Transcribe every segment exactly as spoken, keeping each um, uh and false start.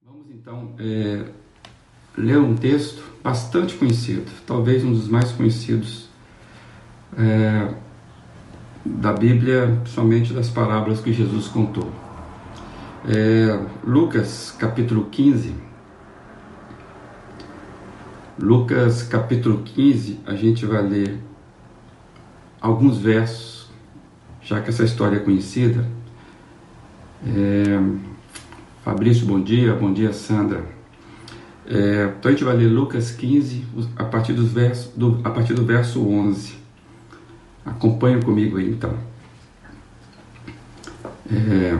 Vamos então é, ler um texto bastante conhecido, talvez um dos mais conhecidos é, da Bíblia, somente das parábolas que Jesus contou. É, Lucas capítulo quinze. Lucas capítulo quinze, a gente vai ler alguns versos, já que essa história é conhecida. É, Fabrício, bom dia. Bom dia, Sandra. É, então a gente vai ler Lucas quinze, a partir, dos versos, do, a partir do verso onze. Acompanhe comigo aí, então. É,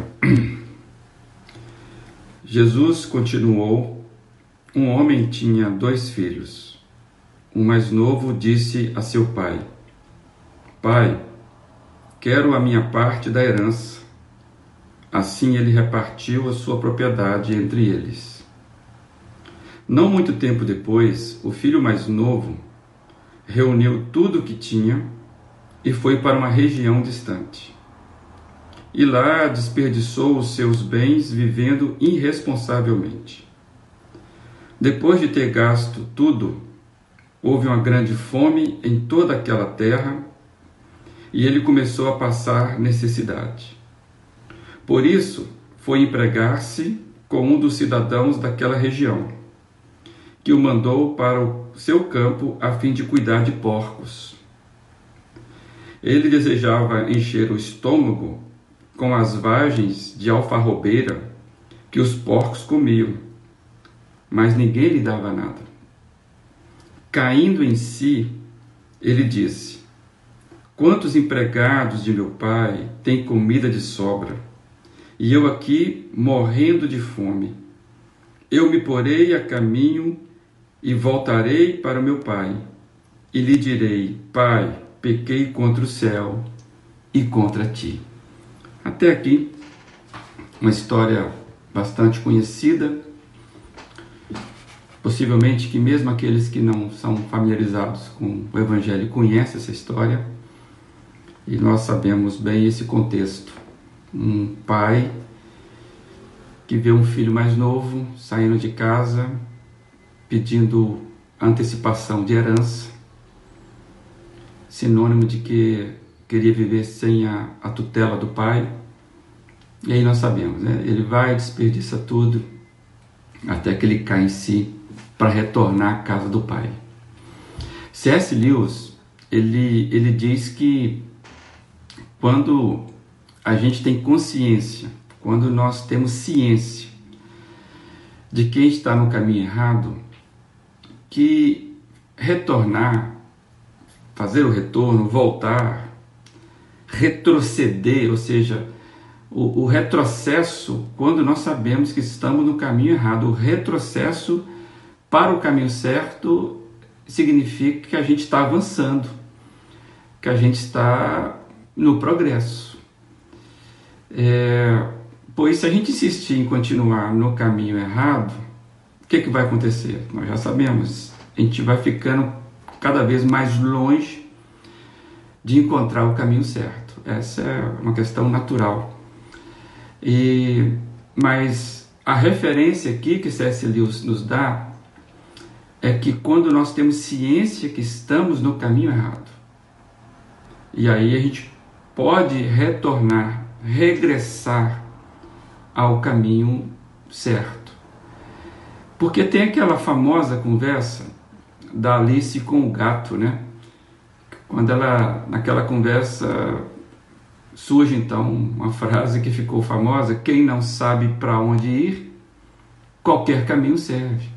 Jesus continuou: um homem tinha dois filhos. O mais novo disse a seu pai: Pai, quero a minha parte da herança. Assim ele repartiu a sua propriedade entre eles. Não muito tempo depois, o filho mais novo reuniu tudo o que tinha e foi para uma região distante. E lá desperdiçou os seus bens vivendo irresponsavelmente. Depois de ter gasto tudo, houve uma grande fome em toda aquela terra e ele começou a passar necessidade. Por isso, foi empregar-se com um dos cidadãos daquela região, que o mandou para o seu campo a fim de cuidar de porcos. Ele desejava encher o estômago com as vagens de alfarrobeira que os porcos comiam, mas ninguém lhe dava nada. Caindo em si, ele disse: Quantos empregados de meu pai têm comida de sobra? E eu aqui morrendo de fome. Eu me porei a caminho e voltarei para o meu pai, e lhe direi: Pai, pequei contra o céu e contra ti. Até aqui, uma história bastante conhecida, possivelmente que mesmo aqueles que não são familiarizados com o Evangelho conhecem essa história, e nós sabemos bem esse contexto. Um pai que vê um filho mais novo saindo de casa, pedindo antecipação de herança, sinônimo de que queria viver sem a, a tutela do pai. E aí nós sabemos, né? Ele vai, desperdiça tudo, até que ele cai em si para retornar à casa do pai. C S Lewis, ele, ele diz que quando a gente tem consciência, quando nós temos ciência de quem está no caminho errado, que retornar, fazer o retorno, voltar, retroceder, ou seja, o, o retrocesso, quando nós sabemos que estamos no caminho errado, o retrocesso para o caminho certo significa que a gente está avançando, que a gente está no progresso. É, pois se a gente insistir em continuar no caminho errado, o que, que vai acontecer? Nós já sabemos, a gente vai ficando cada vez mais longe de encontrar o caminho certo. Essa é uma questão natural. E, mas a referência aqui que C S Lewis nos dá é que quando nós temos ciência que estamos no caminho errado, e aí a gente pode retornar, regressar ao caminho certo. Porque tem aquela famosa conversa da Alice com o gato, né? Quando ela, naquela conversa, surge então uma frase que ficou famosa: quem não sabe para onde ir, qualquer caminho serve.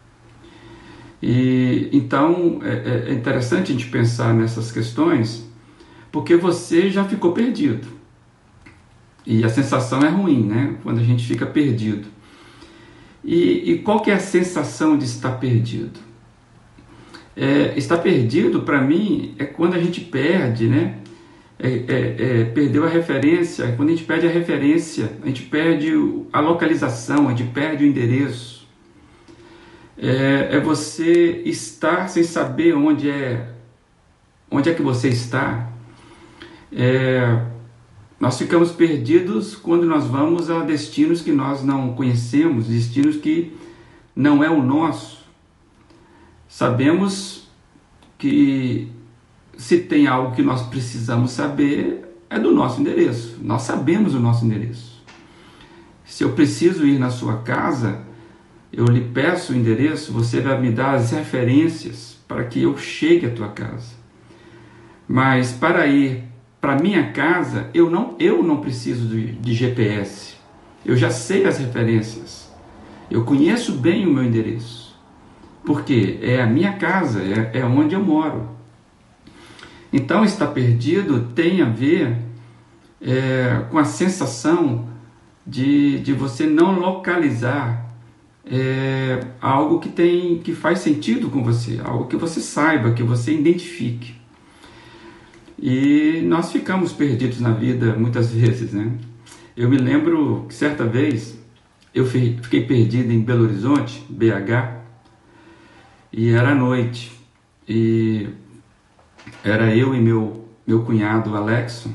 E então é, é interessante a gente pensar nessas questões, porque você já ficou perdido. E a sensação é ruim, né? Quando a gente fica perdido. E, e qual que é a sensação de estar perdido? É, estar perdido, para mim, é quando a gente perde, né? É, é, é, perdeu a referência. É quando a gente perde a referência, a gente perde a localização, a gente perde o endereço. É, é você estar sem saber onde é, onde é que você está. É... nós ficamos perdidos quando nós vamos a destinos que nós não conhecemos, destinos que não é o nosso. Sabemos que se tem algo que nós precisamos saber, é do nosso endereço. Nós sabemos o nosso endereço. Se eu preciso ir na sua casa, eu lhe peço o endereço, você vai me dar as referências para que eu chegue à tua casa. Mas para ir para minha casa, eu não, eu não preciso de, de G P S. Eu já sei as referências. Eu conheço bem o meu endereço. Porque é a minha casa, é, é onde eu moro. Então, estar perdido tem a ver é, com a sensação de, de você não localizar é, algo que, tem, que faz sentido com você, algo que você saiba, que você identifique. E nós ficamos perdidos na vida muitas vezes, né? Eu me lembro que certa vez eu fiquei perdido em Belo Horizonte, B H, e era noite, e era eu e meu, meu cunhado Alexson,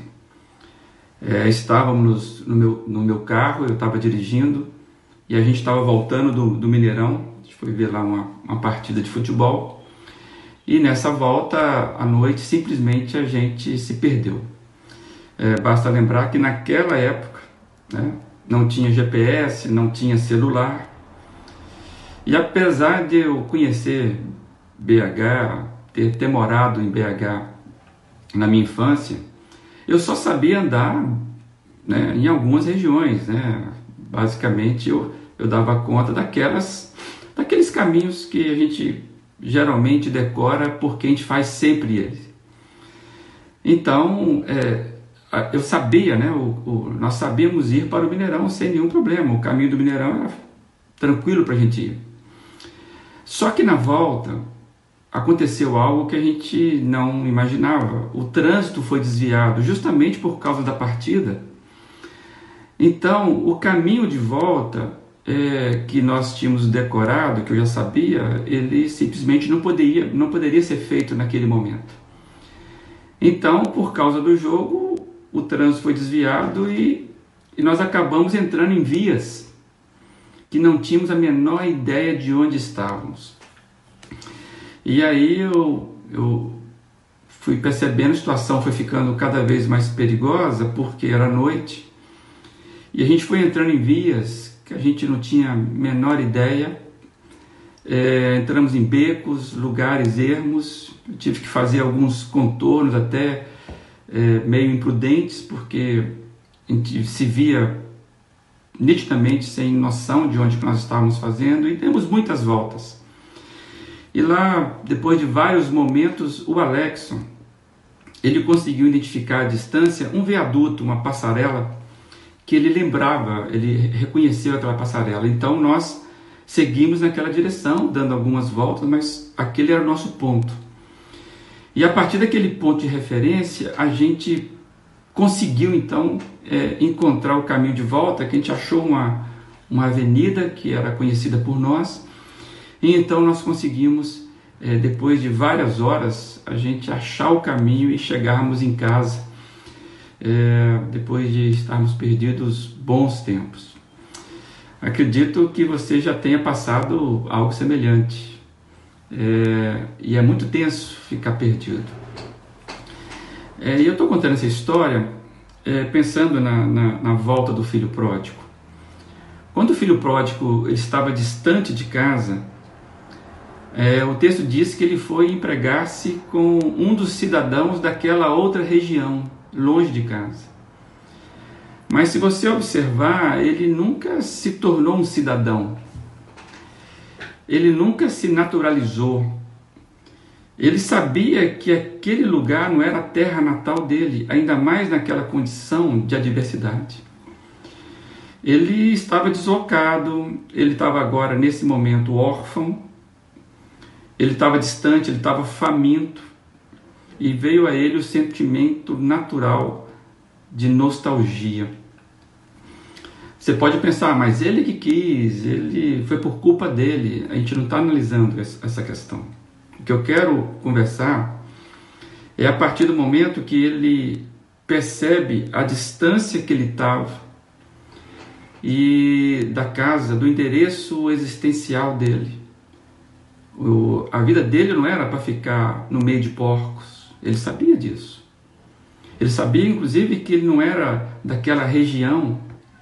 é, estávamos no meu, no meu carro, eu estava dirigindo, e a gente estava voltando do, do Mineirão, a gente foi ver lá uma, uma partida de futebol, e nessa volta à noite simplesmente a gente se perdeu. É, basta lembrar que naquela época, né, não tinha G P S, não tinha celular, e apesar de eu conhecer B H, ter, ter morado em B H na minha infância, eu só sabia andar, né, em algumas regiões, né? Basicamente eu, eu dava conta daquelas, daqueles caminhos que a gente geralmente decora porque a gente faz sempre eles. Então, é, eu sabia, né, o, o, nós sabíamos ir para o Mineirão sem nenhum problema, o caminho do Mineirão era tranquilo para a gente ir. Só que na volta aconteceu algo que a gente não imaginava. O trânsito foi desviado justamente por causa da partida. Então, o caminho de volta é, que nós tínhamos decorado, que eu já sabia, ele simplesmente não poderia, não poderia ser feito naquele momento. Então, por causa do jogo, o trânsito foi desviado e, e nós acabamos entrando em vias que não tínhamos a menor ideia de onde estávamos. E aí eu, eu fui percebendo, a situação foi ficando cada vez mais perigosa, porque era noite, e a gente foi entrando em vias que a gente não tinha a menor ideia, é, entramos em becos, lugares ermos, eu tive que fazer alguns contornos até é, meio imprudentes, porque a gente se via nitidamente sem noção de onde que nós estávamos fazendo, e demos muitas voltas. E lá, depois de vários momentos, o Alexson, ele conseguiu identificar à distância um viaduto, uma passarela, que ele lembrava, ele reconheceu aquela passarela. Então nós seguimos naquela direção, dando algumas voltas, mas aquele era o nosso ponto. E a partir daquele ponto de referência, a gente conseguiu então é, encontrar o caminho de volta, que a gente achou uma, uma avenida que era conhecida por nós, e então nós conseguimos, é, depois de várias horas, a gente achar o caminho e chegarmos em casa, é, depois de estarmos perdidos bons tempos. Acredito que você já tenha passado algo semelhante, é, e é muito tenso ficar perdido. É, e eu estou contando essa história é, pensando na, na, na volta do filho pródigo. Quando o filho pródigo estava distante de casa, é, o texto diz que ele foi empregar-se com um dos cidadãos daquela outra região, longe de casa. Mas se você observar, ele nunca se tornou um cidadão. Ele nunca se naturalizou. Ele sabia que aquele lugar não era a terra natal dele, ainda mais naquela condição de adversidade. Ele estava deslocado, ele estava agora, nesse momento, órfão, ele estava distante, ele estava faminto, e veio a ele o sentimento natural de nostalgia. Você pode pensar, mas ele que quis, ele foi por culpa dele. A gente não está analisando essa questão. O que eu quero conversar é a partir do momento que ele percebe a distância que ele estava e da casa, do endereço existencial dele. O, a vida dele não era para ficar no meio de porcos. Ele sabia disso. Ele sabia, inclusive, que ele não era daquela região.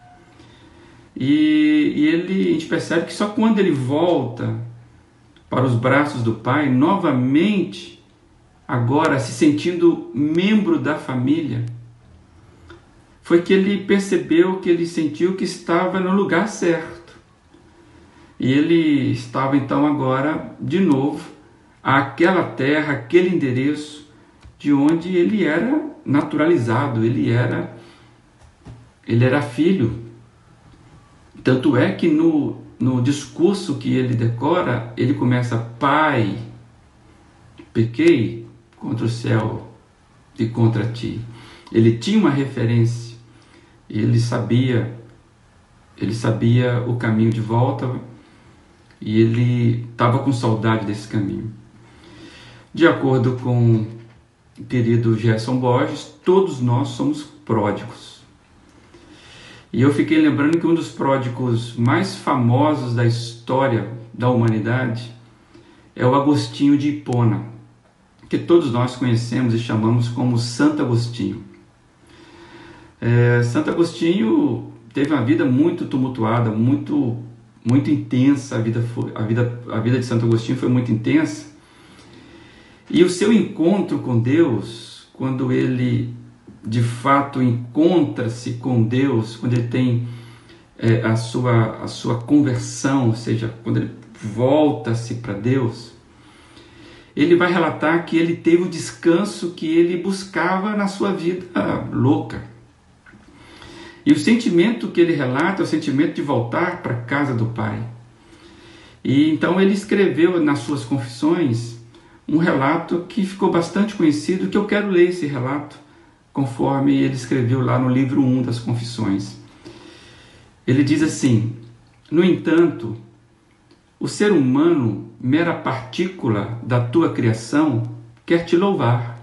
E, e ele, a gente percebe que só quando ele volta para os braços do Pai, novamente, agora se sentindo membro da família, foi que ele percebeu, que ele sentiu que estava no lugar certo. E ele estava então agora, de novo, àquela terra, aquele endereço, de onde ele era naturalizado, ele era, ele era filho. Tanto é que no, no discurso que ele decora, ele começa: Pai, pequei contra o céu e contra ti. Ele tinha uma referência, ele sabia, ele sabia o caminho de volta e ele estava com saudade desse caminho. De acordo com o querido Gerson Borges, todos nós somos pródigos. E eu fiquei lembrando que um dos pródigos mais famosos da história da humanidade é o Agostinho de Hipona, que todos nós conhecemos e chamamos como Santo Agostinho. É, Santo Agostinho teve uma vida muito tumultuada, muito, muito intensa. A vida, foi, a, vida, a vida de Santo Agostinho foi muito intensa. E o seu encontro com Deus, quando ele de fato encontra-se com Deus, quando ele tem é, a, sua, a sua conversão, ou seja, quando ele volta-se para Deus, ele vai relatar que ele teve o descanso que ele buscava na sua vida louca. E o sentimento que ele relata é o sentimento de voltar para a casa do Pai. E então ele escreveu nas suas confissões um relato que ficou bastante conhecido, que eu quero ler esse relato, conforme ele escreveu lá no livro um das Confissões. Ele diz assim: no entanto, o ser humano, mera partícula da tua criação, quer te louvar.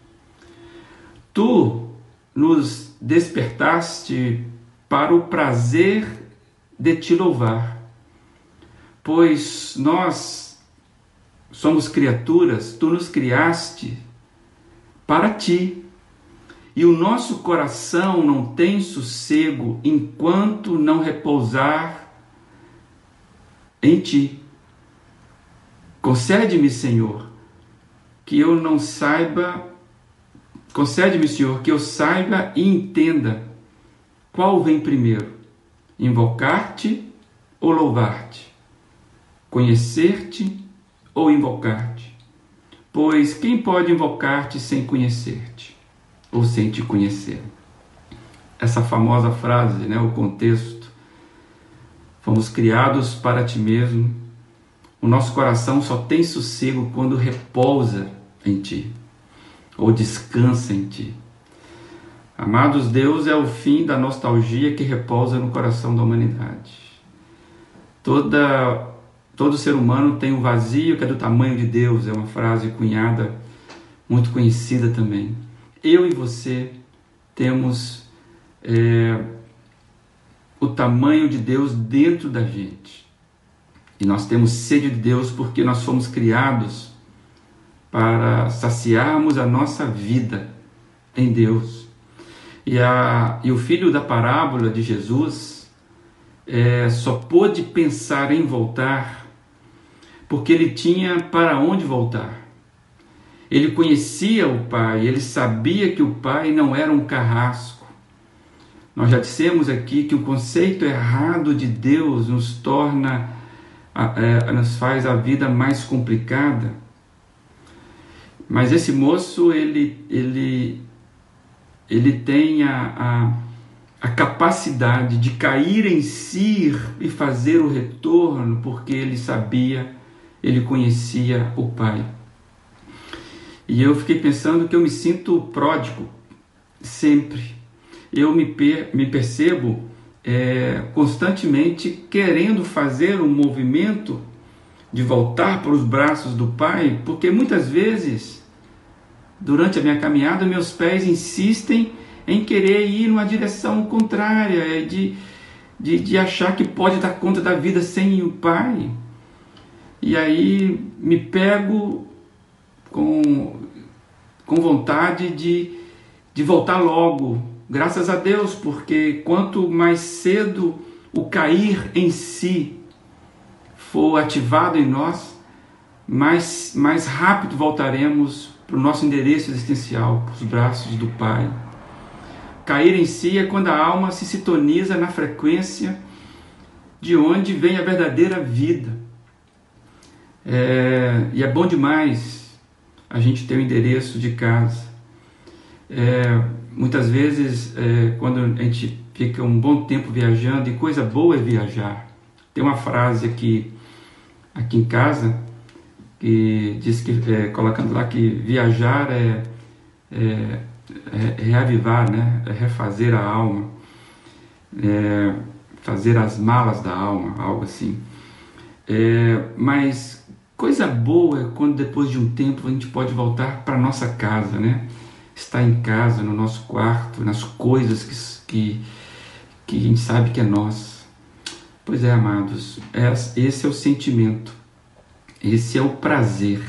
Tu nos despertaste para o prazer de te louvar, pois nós somos criaturas, tu nos criaste para ti. E o nosso coração não tem sossego enquanto não repousar em ti. Concede-me, Senhor, que eu não saiba, concede-me, Senhor, que eu saiba e entenda qual vem primeiro, invocar-te ou louvar-te, conhecer-te ou invocar-te. Pois quem pode invocar-te sem conhecer-te? Ou sem te conhecer? Essa famosa frase, né, o contexto. Fomos criados para ti mesmo. O nosso coração só tem sossego quando repousa em ti, ou descansa em ti. Amados, Deus é o fim da nostalgia que repousa no coração da humanidade. Toda, todo ser humano tem um vazio que é do tamanho de Deus, é uma frase cunhada, muito conhecida também. Eu e você temos é, o tamanho de Deus dentro da gente. E nós temos sede de Deus porque nós fomos criados para saciarmos a nossa vida em Deus. E, a, e o filho da parábola de Jesus é, só pôde pensar em voltar porque ele tinha para onde voltar. Ele conhecia o Pai, ele sabia que o Pai não era um carrasco. Nós já dissemos aqui que o conceito errado de Deus nos torna, é, nos faz a vida mais complicada. Mas esse moço, ele, ele, ele tem a, a, a capacidade de cair em si e fazer o retorno, porque ele sabia, ele conhecia o Pai. E eu fiquei pensando que eu me sinto pródigo sempre. Eu me, per, me percebo é, constantemente querendo fazer um movimento de voltar para os braços do Pai, porque muitas vezes, durante a minha caminhada, meus pés insistem em querer ir numa direção contrária, de, de, de achar que pode dar conta da vida sem o Pai. E aí me pego com, com vontade de, de voltar logo. Graças a Deus, porque quanto mais cedo o cair em si for ativado em nós, mais, mais rápido voltaremos para o nosso endereço existencial, para os braços do Pai. Cair em si é quando a alma se sintoniza na frequência de onde vem a verdadeira vida. É, e é bom demais a gente ter o endereço de casa. É, muitas vezes, é, quando a gente fica um bom tempo viajando, e coisa boa é viajar. Tem uma frase aqui, aqui em casa, que diz que, é, colocando lá que viajar é, é, é reavivar, né? É refazer a alma, é fazer as malas da alma, algo assim. É, mas coisa boa é quando depois de um tempo a gente pode voltar para nossa casa, né? Estar em casa, no nosso quarto, nas coisas que, que, que a gente sabe que é nossa. Pois é, amados, esse é o sentimento. Esse é o prazer,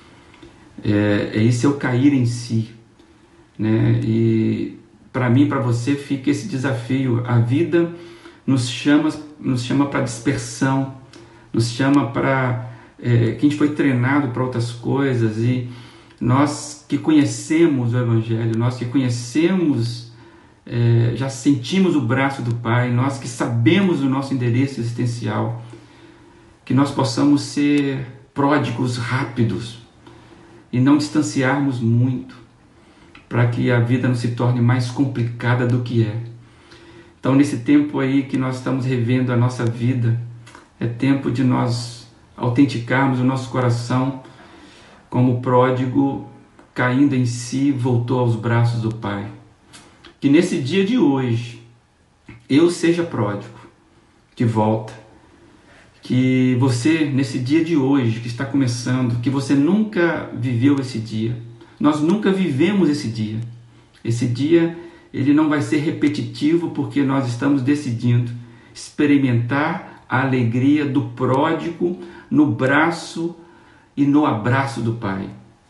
é, esse é o cair em si, né? E para mim, para você, fica esse desafio. A vida nos chama, nos chama para dispersão, nos chama para é, que a gente foi treinado para outras coisas, e nós que conhecemos o Evangelho, nós que conhecemos, é, já sentimos o braço do Pai, nós que sabemos o nosso endereço existencial, que nós possamos ser pródigos rápidos e não distanciarmos muito, para que a vida não se torne mais complicada do que é. Então, nesse tempo aí que nós estamos revendo a nossa vida, é tempo de nós autenticarmos o nosso coração como o pródigo caindo em si, voltou aos braços do Pai. Que nesse dia de hoje eu seja pródigo que volta. Que você, nesse dia de hoje, que está começando, que você nunca viveu esse dia. Nós nunca vivemos esse dia. Esse dia, ele não vai ser repetitivo, porque nós estamos decidindo experimentar a alegria do pródigo no braço e no abraço do Pai.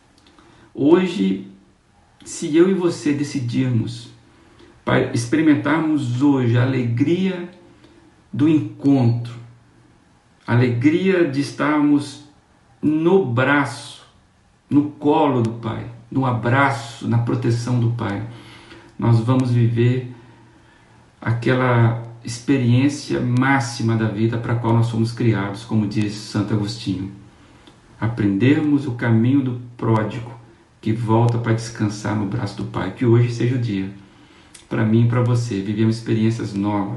Hoje, se eu e você decidirmos, Pai, experimentarmos hoje a alegria do encontro, a alegria de estarmos no braço, no colo do Pai, no abraço, na proteção do Pai, nós vamos viver aquela experiência máxima da vida para a qual nós fomos criados, como diz Santo Agostinho. Aprendermos o caminho do pródigo que volta para descansar no braço do Pai. Que hoje seja o dia, para mim e para você, vivemos experiências novas.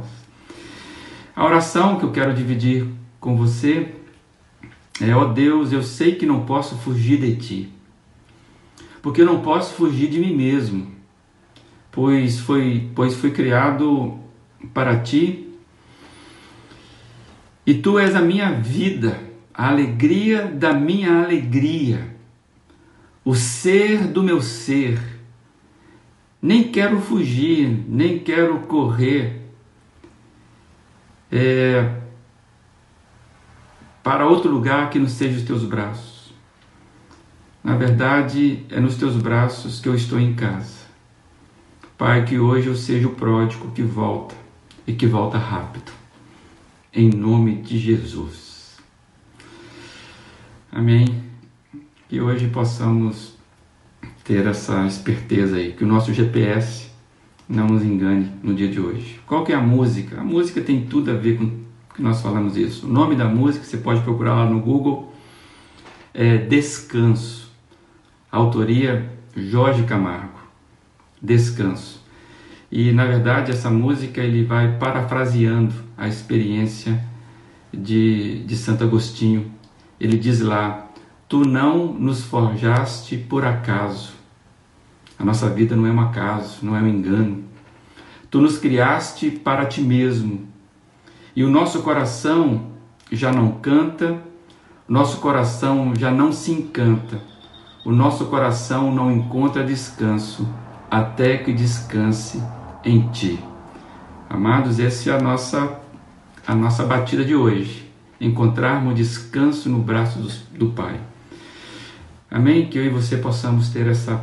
A oração que eu quero dividir com você é: ó Deus, eu sei que não posso fugir de Ti, porque eu não posso fugir de mim mesmo, pois foi, pois fui criado para Ti, e Tu és a minha vida, a alegria da minha alegria, o ser do meu ser. Nem quero fugir, nem quero correr é, para outro lugar que não seja os Teus braços. Na verdade, é nos Teus braços que eu estou em casa. Pai, que hoje eu seja o pródigo que volta, e que volta rápido. Em nome de Jesus. Amém. Que hoje possamos ter essa esperteza aí, que o nosso G P S não nos engane no dia de hoje. Qual que é a música? A música tem tudo a ver com que nós falamos isso. O nome da música, você pode procurar lá no Google, é Descanso. Autoria Jorge Camargo. Descanso. E na verdade essa música ele vai parafraseando a experiência de, de Santo Agostinho. Ele diz lá: Tu não nos forjaste por acaso. A nossa vida não é um acaso, não é um engano. Tu nos criaste para Ti mesmo. E o nosso coração já não canta, o nosso coração já não se encanta, o nosso coração não encontra descanso até que descanse em ti. Amados, essa é a nossa, a nossa batida de hoje. Encontrarmos descanso no braço do, do Pai. Amém? Que eu e você possamos ter essa,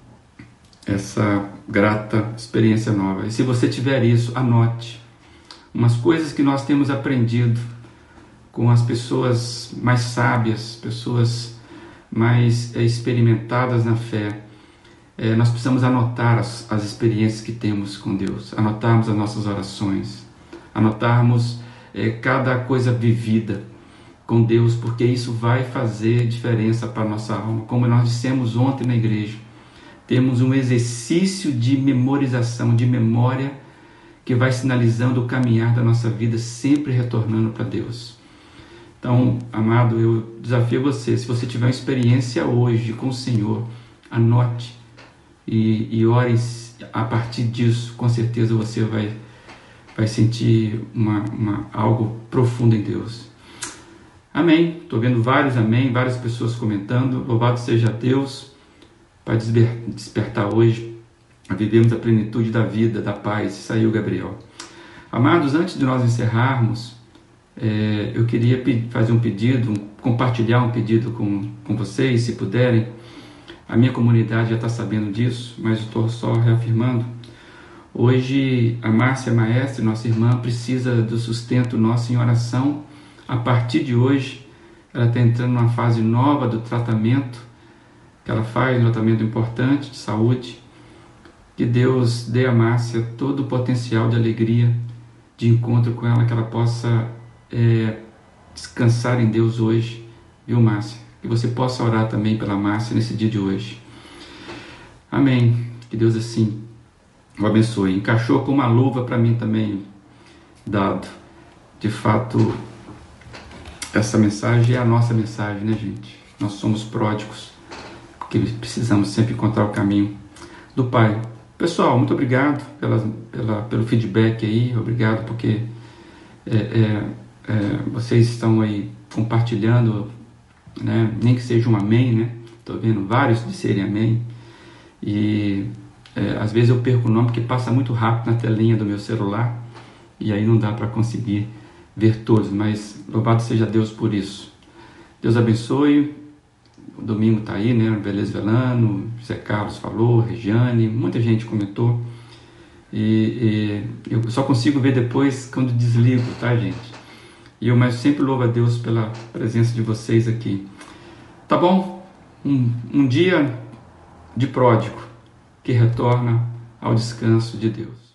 essa grata experiência nova. E se você tiver isso, anote umas coisas que nós temos aprendido com as pessoas mais sábias, pessoas mais é, experimentadas na fé. É, nós precisamos anotar as, as experiências que temos com Deus, anotarmos as nossas orações, anotarmos é, cada coisa vivida com Deus, porque isso vai fazer diferença para a nossa alma. Como nós dissemos ontem na igreja, temos um exercício de memorização, de memória, que vai sinalizando o caminhar da nossa vida, sempre retornando para Deus. Então, amado, eu desafio você, se você tiver uma experiência hoje com o Senhor, anote e, e ore a partir disso. Com certeza você vai, vai sentir uma, uma, algo profundo em Deus. Amém. Estou vendo vários amém, várias pessoas comentando. Louvado seja Deus para despertar hoje a vivermos a plenitude da vida, da paz. Saiu Gabriel. Amados, antes de nós encerrarmos, É, eu queria fazer um pedido, compartilhar um pedido com, com vocês, se puderem. A minha comunidade já está sabendo disso, mas estou só reafirmando. Hoje a Márcia Maestre, nossa irmã, precisa do sustento nosso em oração. A partir de hoje, ela está entrando numa fase nova do tratamento que ela faz, um tratamento importante de saúde. Que Deus dê a Márcia todo o potencial de alegria, de encontro com ela, que ela possa É, descansar em Deus hoje, viu, Márcia? Que você possa orar também pela Márcia nesse dia de hoje. Amém. Que Deus assim o abençoe. Encaixou com uma luva para mim também, dado. De fato, essa mensagem é a nossa mensagem, né, gente? Nós somos pródigos, porque precisamos sempre encontrar o caminho do Pai. Pessoal, muito obrigado pela, pela, pelo feedback aí. Obrigado porque é, é, É, vocês estão aí compartilhando, né? Nem que seja um amém, né? Estou vendo vários disserem amém. E é, às vezes eu perco o nome porque passa muito rápido na telinha do meu celular e aí não dá para conseguir ver todos, mas louvado seja Deus por isso. Deus abençoe. O domingo está aí, né? Beleza Velano, José Carlos falou, Regiane, muita gente comentou. E, e eu só consigo ver depois quando desligo, tá, gente? E eu mas sempre louvo a Deus pela presença de vocês aqui. Tá bom? Um, um dia de pródigo que retorna ao descanso de Deus.